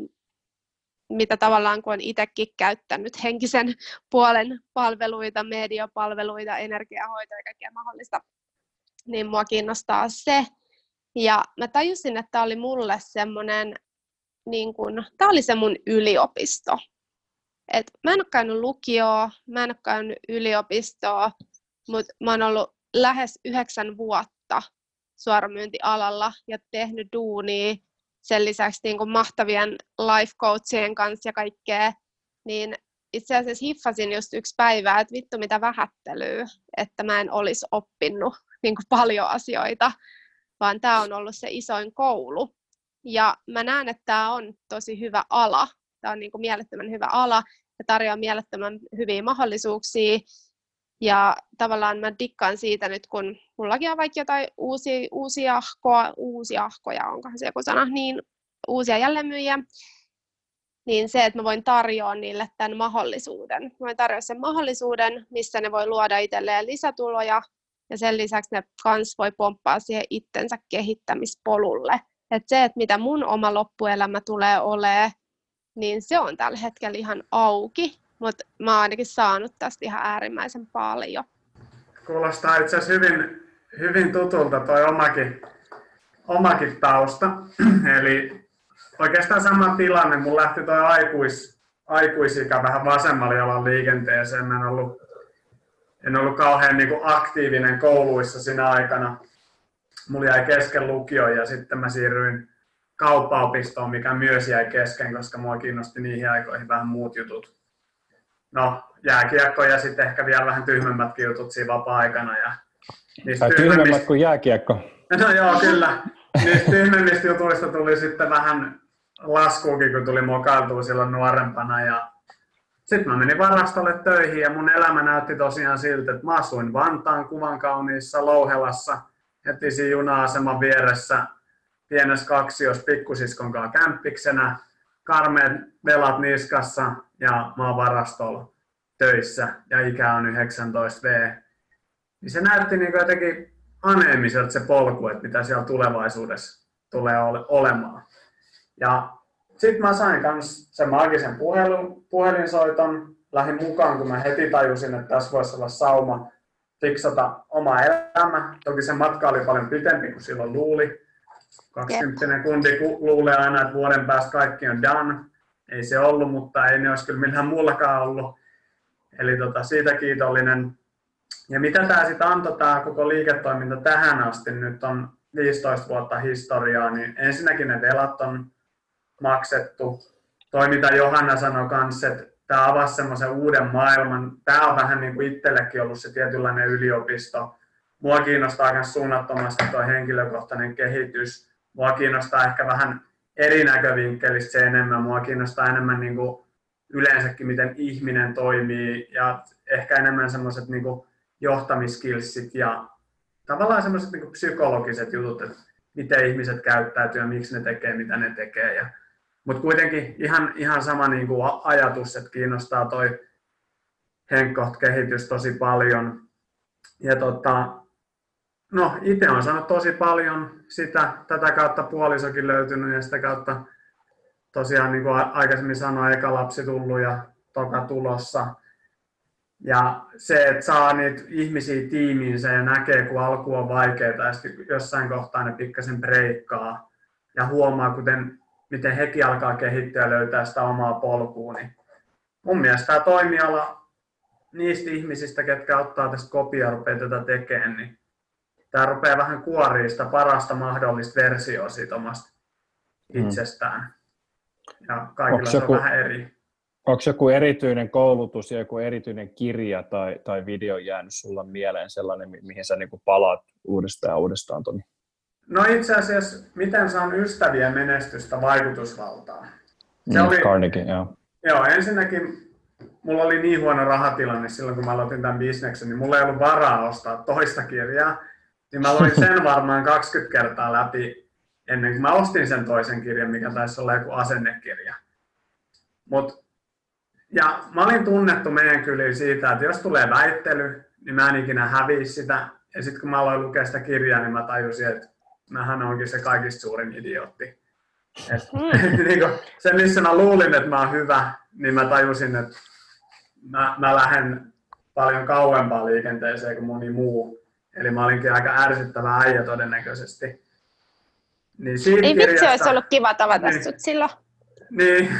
mitä tavallaan kun on itsekin käyttänyt henkisen puolen palveluita, mediapalveluita, energiahoitoa ja kaikkea mahdollista, niin mua kiinnostaa se. Ja mä tajusin, että tämä oli mulle semmoinen, niin kun, tämä oli se mun yliopisto. Et mä en ole käynyt lukioon, mä en ole käynyt yliopistoa, mutta mä oon ollut lähes 9 vuotta suoramyyntialalla ja tehnyt duunia sen lisäksi niin kuin mahtavien life coachien kanssa ja kaikkea, niin itse asiassa hiffasin just yksi päivä, että vittu mitä vähättelyä, että mä en olisi oppinut niin kuin paljon asioita, vaan tämä on ollut se isoin koulu. Ja mä näen, että tämä on tosi hyvä ala. Tämä on niin kuin mielettömän hyvä ala ja tarjoaa mielettömän hyviä mahdollisuuksia. Ja tavallaan mä dikkaan siitä nyt, kun mullakin on vaikka jotain uusiahkoja, onkohan se joku sana, niin uusia jälleenmyyjiä, niin se, että mä voin tarjoa niille tämän mahdollisuuden. Mä voin tarjoa sen mahdollisuuden, missä ne voi luoda itselleen lisätuloja, ja sen lisäksi ne kans voi pomppaa siihen itsensä kehittämispolulle. Että se, että mitä mun oma loppuelämä tulee olemaan, niin se on tällä hetkellä ihan auki. Mutta mä oon ainakin saanut tästä ihan äärimmäisen paljon. Kuulostaa itse asiassa hyvin tutulta toi omakin tausta. Eli oikeastaan sama tilanne. Mun lähti toi aikuisikä vähän vasemmalle jalan liikenteeseen. Mä en ollut kauhean niinku aktiivinen kouluissa siinä aikana. Mulla jäi kesken lukio ja sitten mä siirryin kauppaopistoon, mikä myös jäi kesken, koska mua kiinnosti niihin aikoihin vähän muut jutut. No, jääkiekko ja sitten ehkä vielä vähän tyhmemmätkin jutut siinä vapaa-aikana. Tai tyhmemmät kuin jääkiekko. No joo, kyllä. Niistä tyhmemmistä jutuista tuli sitten vähän laskuukin, kun tuli mokailtua silloin nuorempana. Ja sitten mä menin varastolle töihin ja mun elämä näytti tosiaan siltä, että mä asuin Vantaan Kuvankauniissa Louhelassa, heti siinä juna-aseman vieressä, pienessä kaksiossa pikkusiskon kanssa kämppiksenä. Karmeet velat niskassa ja mä oon varastolla töissä ja ikä on 19V. Niin se näytti niin jotenkin aneemiselta se polku, että mitä siellä tulevaisuudessa tulee olemaan. Ja sitten mä sain kans sen maagisen puhelinsoiton, lähdin mukaan, kun mä heti tajusin, että tässä voisi olla sauma fiksata oma elämä. Toki se matka oli paljon pitempi kuin silloin luuli. 20 kundi luulee aina, että vuoden päästä kaikki on done. Ei se ollut, mutta ei ne olisi kyllä millään muullakaan ollut. Eli siitä kiitollinen. Ja mitä tämä sitten antoi, tämä koko liiketoiminta tähän asti, nyt on 15 vuotta historiaa, niin ensinnäkin ne velat on maksettu. toi mitä Johanna sanoi kanssa, että tämä avasi semmoisen uuden maailman. Tämä on vähän niin kuin itsellekin ollut se tietynlainen yliopisto. Mua kiinnostaa myös suunnattomasti tuo henkilökohtainen kehitys. Mua kiinnostaa ehkä vähän eri näkövinkkelistä se enemmän. Mua kiinnostaa enemmän niin kuin yleensäkin, miten ihminen toimii ja ehkä enemmän semmoiset niin kuin johtamiskillsit ja tavallaan semmoiset niin kuin psykologiset jutut, että miten ihmiset käyttäytyy ja miksi ne tekee, mitä ne tekee. Mutta kuitenkin ihan sama niin kuin ajatus, että kiinnostaa toi henkkoht-kehitys tosi paljon. Ja no, itse olen saanut tosi paljon sitä, tätä kautta puolisokin löytynyt ja sitä kautta tosiaan niin kuin aikaisemmin sanoin, eka lapsi tullut ja toka tulossa. Ja se, että saa niitä ihmisiä tiimiinsä ja näkee, kun alku on vaikeaa ja sitten jossain kohtaa ne pikkasen breikkaa ja huomaa, miten hekin alkaa kehittyä ja löytää sitä omaa polkua. Niin mun mielestä tämä toimiala niistä ihmisistä, ketkä ottaa tästä kopia ja rupeaa tätä tekemään, niin tämä rupeaa vähän kuorimaan sitä parasta mahdollista versioa siitä omasta itsestään. Ja kaikilla se on vähän eri. Onko joku erityinen koulutus ja joku erityinen kirja tai video jäänyt sulla mieleen sellainen, mihin sä niin kuin palaat uudestaan ja uudestaan, Tomi? No itse asiassa, miten saan ystäviä menestystä vaikutusvaltaa. Se oli, Carnegie, joo. Joo, ensinnäkin mulla oli niin huono rahatilanne silloin, kun mä aloitin tämän bisneksen, niin mulla ei ollut varaa ostaa toista kirjaa. Niin mä luin sen varmaan 20 kertaa läpi ennen kuin mä ostin sen toisen kirjan, mikä taisi olla joku asennekirja. Ja mä olin tunnettu meidän kyliin siitä, että jos tulee väittely, niin mä en ikinä häviä sitä. Ja sitten kun mä aloin lukea sitä kirjaa, niin mä tajusin, että mähän onkin se kaikista suurin idiootti. Sen missä mä luulin, että mä oon hyvä, niin mä tajusin, että mä lähden paljon kauempaa liikenteeseen kuin moni muu. Eli mä olinkin aika ärsyttävä äijä todennäköisesti. Niin ei vitsi, olisi ollut kiva tavata sut silloin. Niin.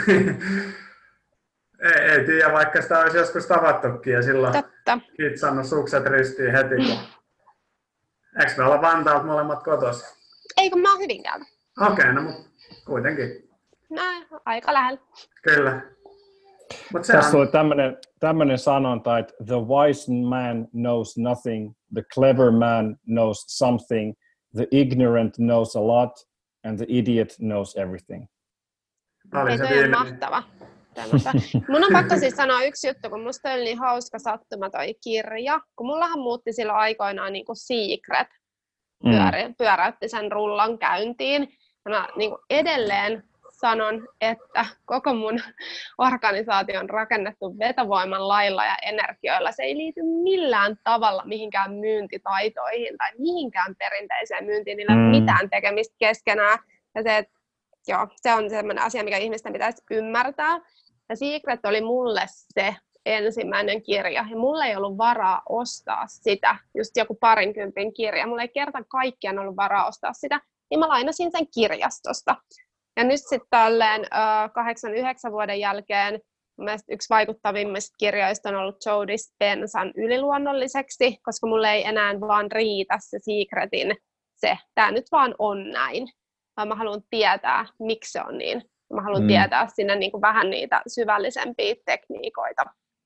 Ei tiedä, vaikka sitä olisi joskus tavattukin ja silloin kitsannut sukset ristiin heti. Eikö me olla Vantaalta molemmat kotossa? Ei, kun mä oon Hyvinkäältä. Okei, no mutta kuitenkin. No, aika lähellä. Kyllä. Tässä oli tämmöinen sanonta, että the wise man knows nothing, the clever man knows something, the ignorant knows a lot, and the idiot knows everything. Ei, toi on mahtava. Mun on pakko siis sanoa yksi juttu, kun musta oli niin hauska sattuma toi kirja, kun mullahan muutti silloin aikoinaan niin kuin Secret, pyöräytti sen rullan käyntiin. Ja mä niin kuin edelleen sanon, että koko mun organisaatio on rakennettu vetovoiman lailla ja energioilla. Se ei liity millään tavalla mihinkään myyntitaitoihin tai mihinkään perinteiseen myyntiin, niillä ei ole mitään tekemistä keskenään. Ja se on sellainen asia, mikä ihmisten pitäisi ymmärtää. Ja Secret oli mulle se ensimmäinen kirja, ja mulla ei ollut varaa ostaa sitä, just joku 20 kirja. Mulla ei kerta kaikkiaan ollut varaa ostaa sitä, niin mä lainasin sen kirjastosta. Ja nyt sitten tälleen 8-9 vuoden jälkeen mielestäni yksi vaikuttavimmista kirjoista on ollut Joe Dispenzan Yliluonnolliseksi, koska mulle ei enää vaan riitä se Secretin tämä nyt vaan on näin. Vaan mä haluan tietää, miksi se on niin. Mä haluan tietää sinne niin kuin vähän niitä syvällisempiä tekniikoita.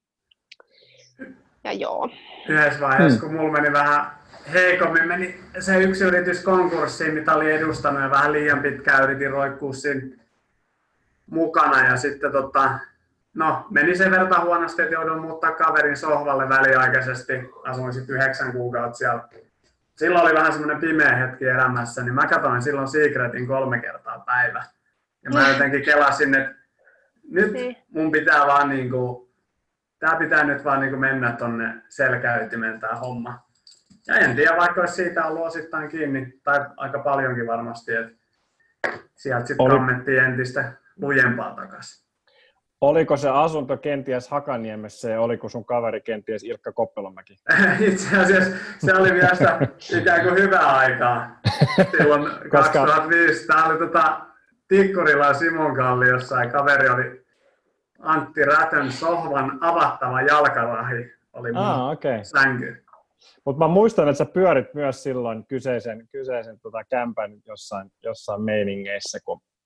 Ja joo. Yhdessä vaiheessa, kun mulla meni vähän heikommin, meni se yksi yritys konkurssiin, mitä oli edustanut ja vähän liian pitkään yritin roikkua siinä mukana. Ja sitten meni sen verran huonosti, että joudun muuttaa kaverin sohvalle väliaikaisesti. Asuin sitten 9 kuukautta siellä. Silloin oli vähän semmoinen pimeä hetki elämässä, niin mä katsoin silloin Secretin 3 kertaa päivä. Ja mä jotenkin kelasin, että nyt mun pitää vaan tää pitää nyt vaan mennä tonne selkäytimeen tää homma. Ja en tiedä, vaikka olisi siitä ollut osittain kiinni, tai aika paljonkin varmasti, että sieltä sitten kammettiin entistä lujempaa takaisin. Oliko se asunto kenties Hakaniemessä ja oliko sun kaveri kenties Ilkka Koppelomäki? Itse asiassa se oli vielä sitä ikään kuin hyvää aikaa. Silloin 2005. Tämä oli Tikkurila Simon Kalliossa ja kaveri oli Antti Rätön sohvan avattava jalkarahi. Oli mun sänky. Mutta mä muistan, että sä pyörit myös silloin kyseisen kämpän jossain meiningeissä, kun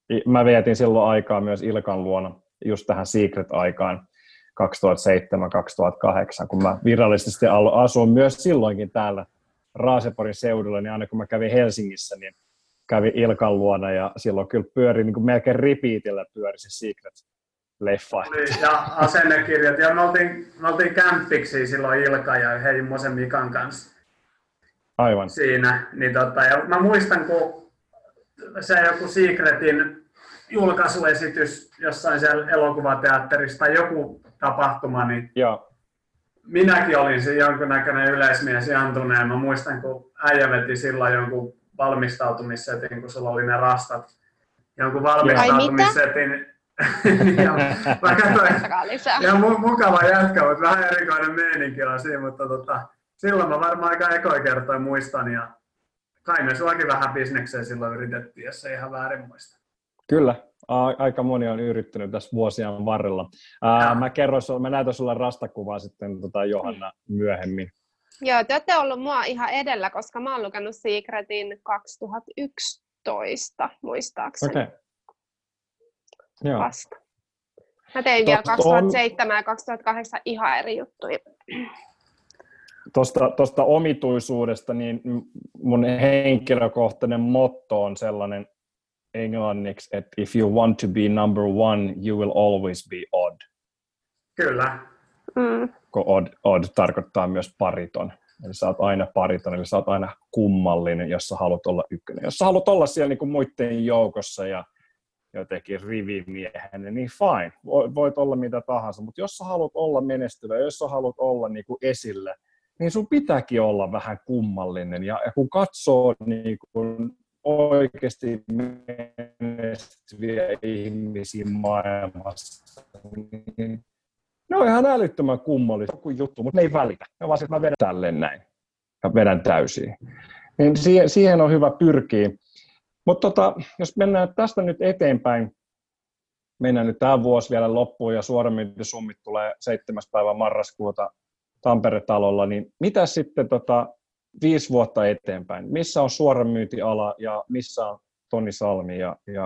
mä vietin silloin aikaa myös Ilkan luona, just tähän Secret-aikaan 2007-2008, kun mä virallisesti asuin myös silloinkin täällä Raaseporin seudulla, niin aina kun mä kävin Helsingissä, niin kävin Ilkan luona ja silloin kyllä pyöri niin kuin melkein repeatillä pyöri se Secret-leffa. Ja asennekirjat. Ja me oltiin kämppiksi silloin Ilka ja Heimosen Mikan kanssa. Aivan. Siinä. Niin ja mä muistan, kun se joku Secretin julkaisuesitys jossain siellä elokuvateatterissa tai joku tapahtuma, niin minäkin olin siinä jonkunnäköinen yleismies Jantuneen. Mä muistan, kun äijä veti silloin jonkun valmistautumissetin, kun sulla oli ne rastat. Jonkun valmistautumissetin. Ja mä katsoin, ja mukava jätkä, mutta vähän erikoinen meininki on siinä, mutta silloin mä varmaan aika ekoja kertoja muistan, ja kai me suakin vähän bisnekseen silloin yritettiin, jos ei ihan väärin muista. Kyllä, aika moni on yrittänyt tässä vuosien varrella. Mä näytän sulle rastakuvaa sitten Johanna myöhemmin. Joo, te olette ollut mua ihan edellä, koska mä oon lukenut Secretin 2011, muistaakseni. Okei. Joo. Vasta. Mä tein vielä 2007 ja 2008 ihan eri juttuja. Tuosta omituisuudesta, niin mun henkilökohtainen motto on sellainen englanniksi, että if you want to be number one, you will always be odd. Kyllä. Kun odd tarkoittaa myös pariton. Eli sä oot aina pariton, eli sä oot aina kummallinen, jos sä haluat olla ykkönen. Jos sä haluat olla siellä niin kuin muiden joukossa ja jotenkin rivimiehenä, niin fine, voit olla mitä tahansa. Mutta jos sä haluat olla menestyvä, jos sä haluat olla niin kuin esillä, niin sun pitääkin olla vähän kummallinen. Ja kun katsoo niin kuin oikeasti menestyviä ihmisiä maailmassa, niin ne on ihan älyttömän kummallisia joku juttu, mutta ne ei välitä. Ne vaan, että mä vedän tälleen näin ja vedän täysiin. Niin siihen on hyvä pyrkiä. Mutta jos mennään tästä nyt eteenpäin, mennään nyt tämä vuosi vielä loppuun ja suoramyyntisummit tulee 7. päivä marraskuuta Tampere-talolla, niin mitä sitten 5 vuotta eteenpäin? Missä on suoramyyntiala ja missä on Toni Salmi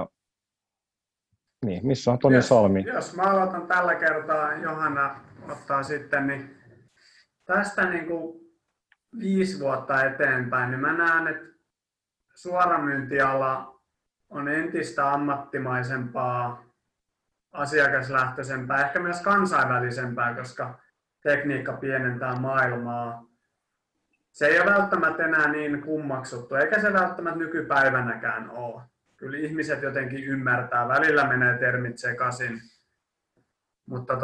niin, missä on Toni Salmi? Jos mä aloitan tällä kertaa, Johanna ottaa sitten, niin tästä niin kuin 5 vuotta eteenpäin, niin mä näen, että suoramyyntiala on entistä ammattimaisempaa, asiakaslähtöisempää, ehkä myös kansainvälisempää, koska tekniikka pienentää maailmaa. Se ei ole välttämättä enää niin kummaksuttu, eikä se välttämättä nykypäivänäkään ole. Kyllä ihmiset jotenkin ymmärtää, välillä menee termit sekaisin, mutta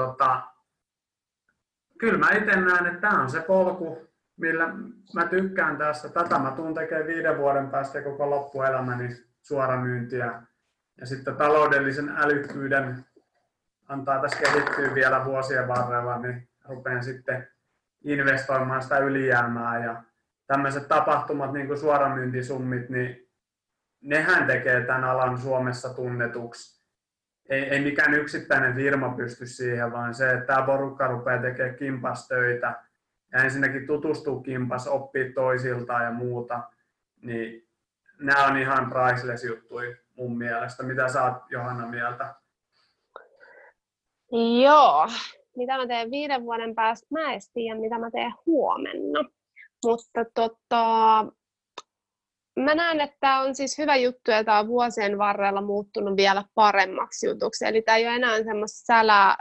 kyllä mä itse näen, että tämä on se polku, millä mä tykkään tästä. Tätä mä tuun tekemään 5 vuoden päästä koko loppuelämäni suoramyyntiä. Ja sitten taloudellisen älykkyyden antaa tässä kehittyä vielä vuosien varrella, niin rupean sitten investoimaan sitä ylijäämää. Ja tämmöiset tapahtumat, niin kuin suoramyyntisummit, niin nehän tekee tämän alan Suomessa tunnetuksi. Ei mikään yksittäinen firma pysty siihen, vaan se, että tämä porukka rupeaa tekemään kimpas töitä ja ensinnäkin tutustuu kimpas, oppii toisiltaan ja muuta, niin nämä on ihan priceless juttuja mun mielestä. Mitä sä oot, Johanna, mieltä? Joo, mitä mä teen 5 vuoden päästä, mä en tiedä, mitä mä teen huomenna. Mutta mä näen, että tämä on siis hyvä juttu ja tämä on vuosien varrella muuttunut vielä paremmaksi jutuksi. Eli tämä ei ole enää semmoista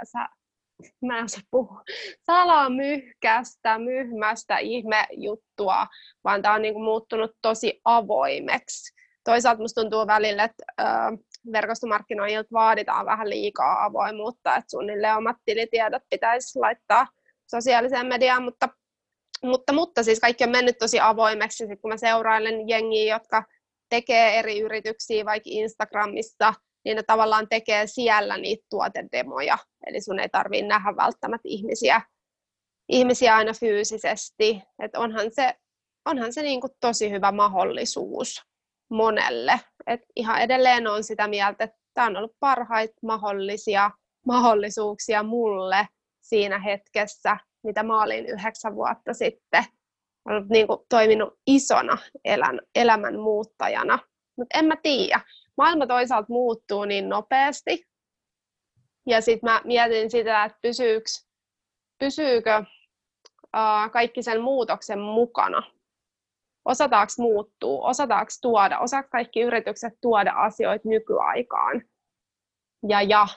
salamyhkästä, myhmästä ihmejuttua, vaan tämä on niinku muuttunut tosi avoimeksi. Toisaalta musta tuntuu välillä, että verkostomarkkinoijilta vaaditaan vähän liikaa avoimuutta, että suunnilleen omat tilitiedot pitäisi laittaa sosiaaliseen mediaan, mutta siis kaikki on mennyt tosi avoimeksi. Sitten kun mä seurailen jengiä, jotka tekee eri yrityksiä vaikka Instagramissa, niin ne tavallaan tekee siellä niitä tuotedemoja. Eli sun ei tarvitse nähdä välttämättä ihmisiä aina fyysisesti. Et onhan se niin kuin tosi hyvä mahdollisuus monelle. Et ihan edelleen on sitä mieltä, että tämä on ollut parhaita mahdollisuuksia mulle siinä hetkessä, mitä mä olin 9 vuotta sitten. Olen niin kuin toiminut isona elämän muuttajana. Mutta en mä tiedä. maailma toisaalta muuttuu niin nopeasti. Ja sitten mä mietin sitä, että pysyykö kaikki sen muutoksen mukana. Osataanko muuttua, osataanko tuoda, osaako kaikki yritykset tuoda asioita nykyaikaan. Ja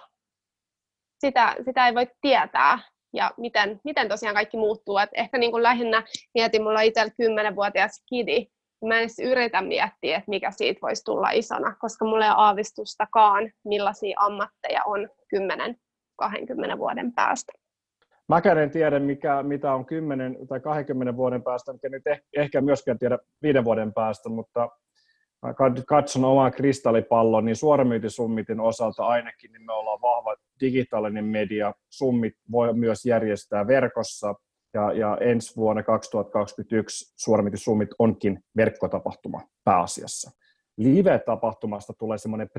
sitä ei voi tietää. Ja miten tosiaan kaikki muuttuu. Et ehkä niin kuin lähinnä mietin, mulla on itsellä 10-vuotias kidi. Mä en edes yritä miettiä, että mikä siitä voisi tulla isona, koska mulla ei ole aavistustakaan, millaisia ammatteja on 10-20 vuoden päästä. Mäkään en tiedä, mitä on 10 tai 20 vuoden päästä, mikä nyt ehkä myöskään tiedä 5 vuoden päästä, mutta mä katson omaa kristallipalloa, niin Suoramyytisummitin osalta ainakin niin me ollaan vahva digitaalinen media. Summit voi myös järjestää verkossa ja ensi vuonna 2021 Suoramyytisummit onkin verkkotapahtuma pääasiassa. Live-tapahtumasta tulee semmoinen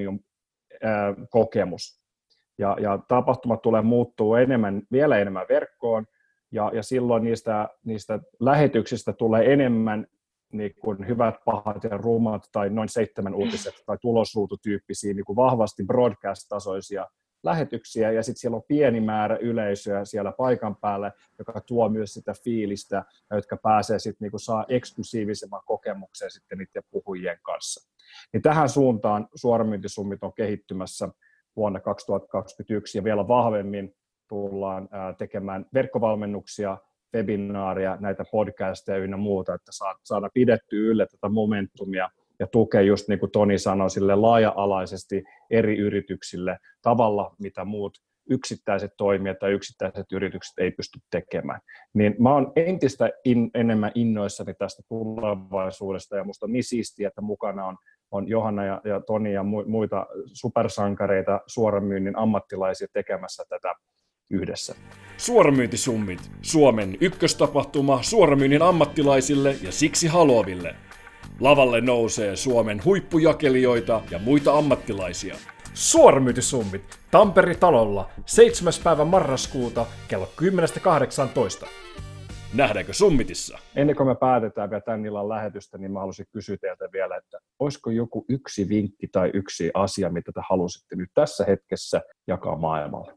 premium-kokemus ja tapahtumat tulee muuttua vielä enemmän verkkoon ja silloin niistä lähetyksistä tulee enemmän niin kuin hyvät, pahat ja rumat tai noin 7 uutiset tai tulosruututyyppisiä niin kuin vahvasti broadcast-tasoisia lähetyksiä ja sitten siellä on pieni määrä yleisöä siellä paikan päällä, joka tuo myös sitä fiilistä ja jotka pääsee sitten niin kuin saa eksklusiivisemman kokemuksen sitten niiden puhujien kanssa. Niin tähän suuntaan Suoramyyntisummit on kehittymässä vuonna 2021 ja vielä vahvemmin tullaan tekemään verkkovalmennuksia, webinaaria, näitä podcasteja ynnä muuta, että saada pidettyä yllä tätä momentumia ja tukea just niin kuin Toni sanoi sille laaja-alaisesti eri yrityksille tavalla, mitä muut yksittäiset toimijat tai yksittäiset yritykset ei pysty tekemään. Niin mä oon entistä enemmän innoissani tästä tulevaisuudesta ja musta on niin siistiä, että mukana on Johanna ja Toni ja muita supersankareita, suoramyynnin ammattilaisia tekemässä tätä yhdessä. Suoramyyntisummit, Suomen ykköstapahtuma suoramyynnin ammattilaisille ja siksi haluaville. Lavalle nousee Suomen huippujakelijoita ja muita ammattilaisia. Suoramyyntisummit Tampere-talolla 7. päivä marraskuuta kello 10-18. Nähdäänkö Summitissa? Ennen kuin me päätetään vielä tämän illan lähetystä, niin mä haluaisin kysyä teiltä vielä, että olisiko joku yksi vinkki tai yksi asia, mitä te haluaisitte nyt tässä hetkessä jakaa maailmalle?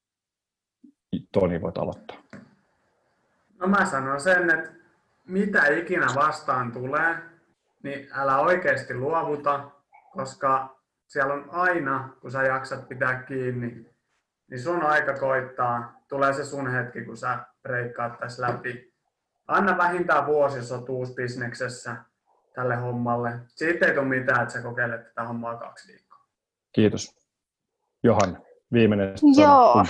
Toni, voit aloittaa. No mä sanon sen, että mitä ikinä vastaan tulee, niin älä oikeasti luovuta, koska siellä on aina, kun sä jaksat pitää kiinni, niin sun aika koittaa. Tulee se sun hetki, kun sä breikkaat tässä läpi. Anna vähintään vuosi, jos olet uusi bisneksessä tälle hommalle. Siitä ei tule mitään, että sä kokeilet tätä hommaa 2 viikkoa. Kiitos. Johanna, viimeinen sana. Joo.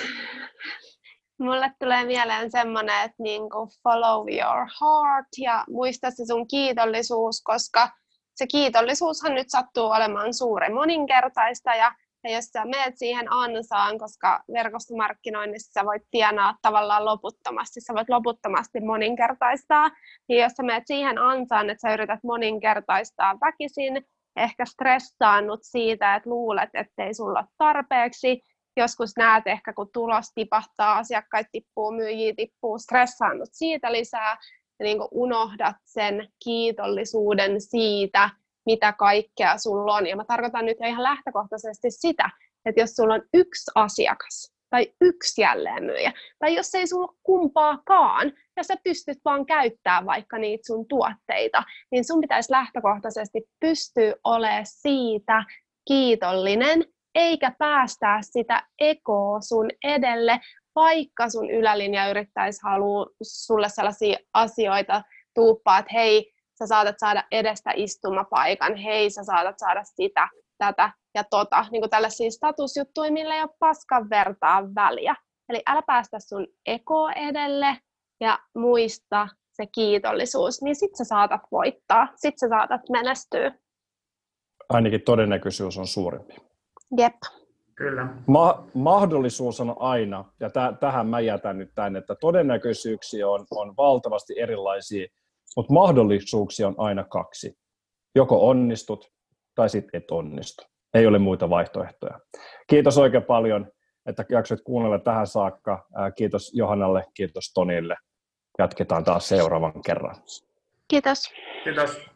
Mulle tulee mieleen semmoinen, että niinku follow your heart ja muista se sun kiitollisuus, koska se kiitollisuushan nyt sattuu olemaan suuri moninkertaista ja jos sä meet siihen ansaan, koska verkostomarkkinoinnissa sä voit tienaa tavallaan loputtomasti, sä voit loputtomasti moninkertaistaa, niin jos sä meet siihen ansaan, että sä yrität moninkertaistaa väkisin, ehkä stressaannut siitä, että luulet, ettei sulla ole tarpeeksi, joskus näet ehkä, kun tulos tipahtaa, asiakkaita tippuu, myyjiä tippuu, stressaannut siitä lisää, ja niin kuin unohdat sen kiitollisuuden siitä, mitä kaikkea sulla on. Ja mä tarkoitan nyt ihan lähtökohtaisesti sitä, että jos sulla on yksi asiakas tai yksi jälleenmyyjä, tai jos ei sulla ole kumpaakaan, ja sä pystyt vaan käyttämään vaikka niitä sun tuotteita, niin sun pitäisi lähtökohtaisesti pystyä olemaan siitä kiitollinen, eikä päästää sitä ekoa sun edelle, vaikka sun ylälinja yrittäisi halua sulle sellaisia asioita tuuppaa, että hei, sä saatat saada edestä istumapaikan, hei, sä saatat saada sitä, tätä ja tota. Niin kuin tällaisia statusjuttuja, millä ei ole paskan vertaa väliä. Eli älä päästä sun ekoa edelle ja muista se kiitollisuus, niin sit sä saatat voittaa, sit sä saatat menestyä. Ainakin todennäköisyys on suurempi. Jep. Kyllä. Mahdollisuus on aina, ja tähän mä jätän nyt tämän, että todennäköisyyksiä on valtavasti erilaisia, mutta mahdollisuuksia on aina 2. Joko onnistut tai sitten et onnistu. Ei ole muita vaihtoehtoja. Kiitos oikein paljon, että jaksoit kuunnella tähän saakka. Kiitos Johannalle, kiitos Tonille. Jatketaan taas seuraavan kerran. Kiitos. Kiitos.